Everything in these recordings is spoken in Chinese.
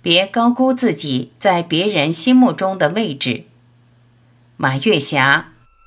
别高估自己在别人心目中的位置。马月霞。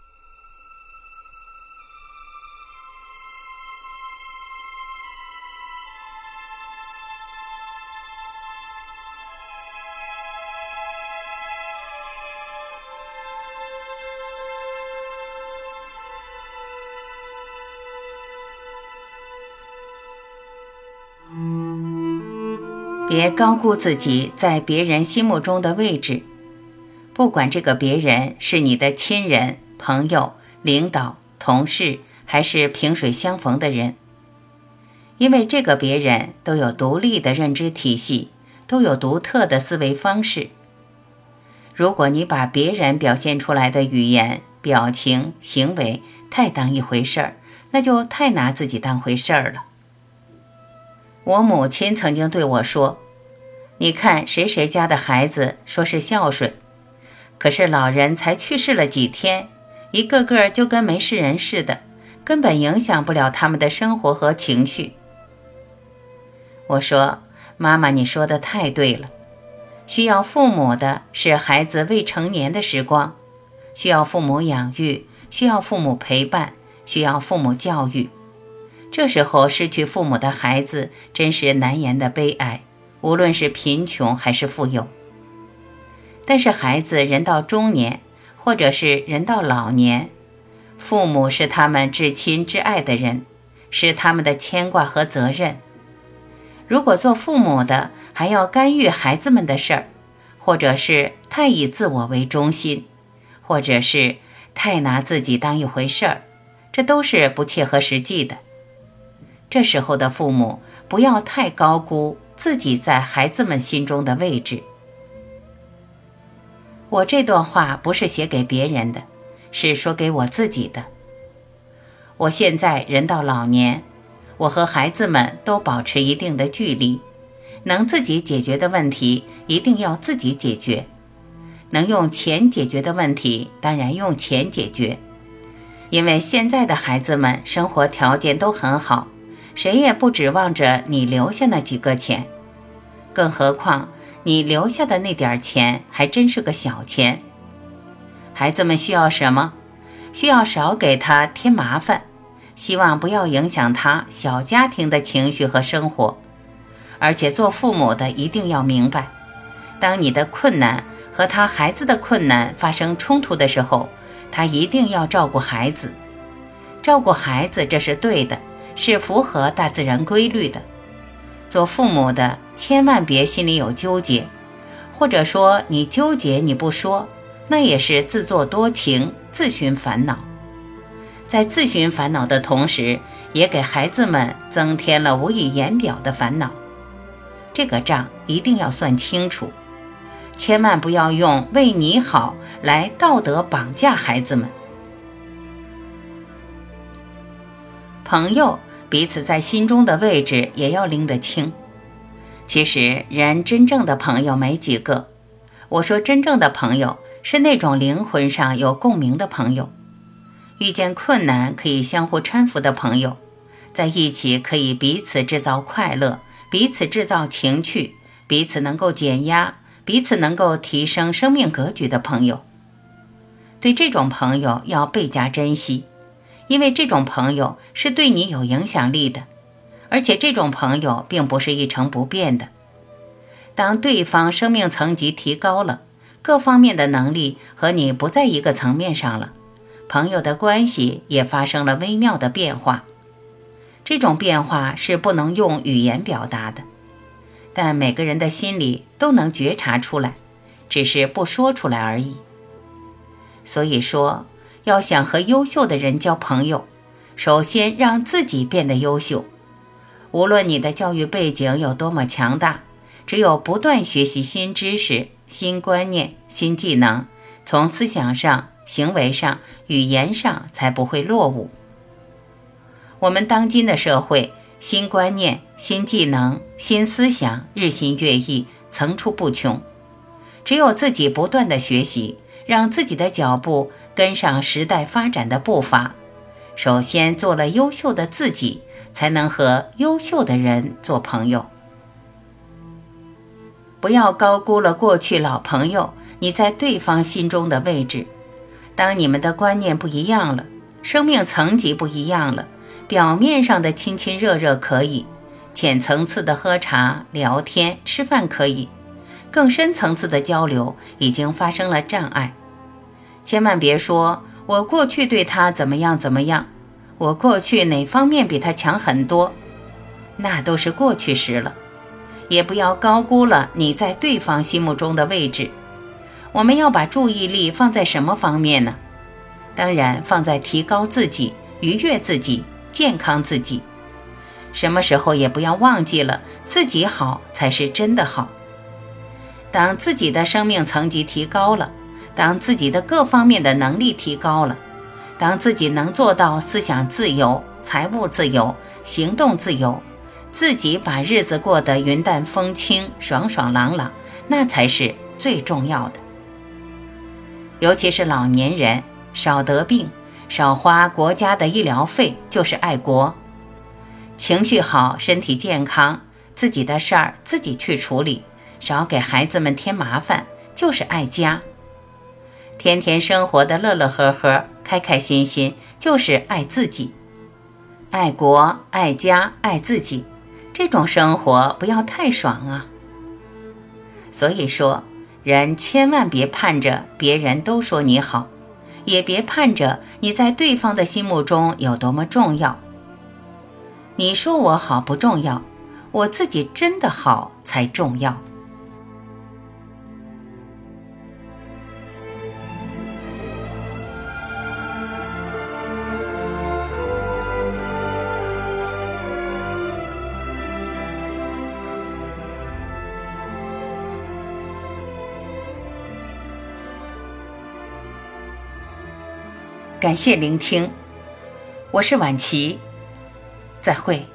别高估自己在别人心目中的位置，不管这个别人是你的亲人、朋友、领导、同事，还是萍水相逢的人，因为这个别人都有独立的认知体系，都有独特的思维方式。如果你把别人表现出来的语言、表情、行为太当一回事儿，那就太拿自己当回事儿了。我母亲曾经对我说，你看谁谁家的孩子说是孝顺，可是老人才去世了几天，一个个就跟没事人似的，根本影响不了他们的生活和情绪。我说，妈妈你说的太对了，需要父母的是孩子未成年的时光，需要父母养育，需要父母陪伴，需要父母教育。这时候失去父母的孩子真是难言的悲哀，无论是贫穷还是富有。但是孩子人到中年，或者是人到老年，父母是他们至亲至爱的人，是他们的牵挂和责任。如果做父母的还要干预孩子们的事儿，或者是太以自我为中心，或者是太拿自己当一回事儿，这都是不切合实际的。这时候的父母不要太高估自己在孩子们心中的位置。我这段话不是写给别人的，是说给我自己的。我现在人到老年，我和孩子们都保持一定的距离，能自己解决的问题一定要自己解决，能用钱解决的问题当然用钱解决。因为现在的孩子们生活条件都很好，谁也不指望着你留下那几个钱，更何况你留下的那点钱还真是个小钱。孩子们需要什么？需要少给他添麻烦，希望不要影响他小家庭的情绪和生活。而且做父母的一定要明白，当你的困难和他孩子的困难发生冲突的时候，他一定要照顾孩子。照顾孩子这是对的，是符合大自然规律的。做父母的千万别心里有纠结，或者说你纠结你不说，那也是自作多情，自寻烦恼。在自寻烦恼的同时，也给孩子们增添了无以言表的烦恼。这个账一定要算清楚，千万不要用为你好来道德绑架孩子们。朋友彼此在心中的位置也要拎得清。其实人真正的朋友没几个，我说真正的朋友是那种灵魂上有共鸣的朋友，遇见困难可以相互搀扶的朋友，在一起可以彼此制造快乐，彼此制造情趣，彼此能够减压，彼此能够提升生命格局的朋友。对这种朋友要倍加珍惜，因为这种朋友是对你有影响力的，而且这种朋友并不是一成不变的。当对方生命层级提高了，各方面的能力和你不在一个层面上了，朋友的关系也发生了微妙的变化。这种变化是不能用语言表达的，但每个人的心里都能觉察出来，只是不说出来而已。所以说，要想和优秀的人交朋友，首先让自己变得优秀。无论你的教育背景有多么强大，只有不断学习新知识、新观念、新技能，从思想上、行为上、语言上才不会落伍。我们当今的社会，新观念、新技能、新思想日新月异，层出不穷。只有自己不断的学习，让自己的脚步跟上时代发展的步伐，首先做了优秀的自己，才能和优秀的人做朋友。 不要高估了过去老朋友你在对方心中的位置。当你们的观念不一样了，生命层级不一样了，表面上的亲亲热热可以，浅层次的喝茶、聊天、吃饭可以，更深层次的交流已经发生了障碍。千万别说我过去对他怎么样怎么样，我过去哪方面比他强很多，那都是过去时了。也不要高估了你在对方心目中的位置。我们要把注意力放在什么方面呢？当然放在提高自己、愉悦自己、健康自己。什么时候也不要忘记了，自己好才是真的好。当自己的生命层级提高了，当自己的各方面的能力提高了，当自己能做到思想自由、财务自由、行动自由，自己把日子过得云淡风轻、爽爽朗朗，那才是最重要的。尤其是老年人，少得病，少花国家的医疗费，就是爱国。情绪好，身体健康，自己的事儿自己去处理，少给孩子们添麻烦，就是爱家。天天生活的乐乐呵呵，开开心心，就是爱自己。爱国、爱家、爱自己，这种生活不要太爽啊。所以说，人千万别盼着别人都说你好，也别盼着你在对方的心目中有多么重要。你说我好不重要，我自己真的好才重要。感谢聆听，我是婉琪，再会。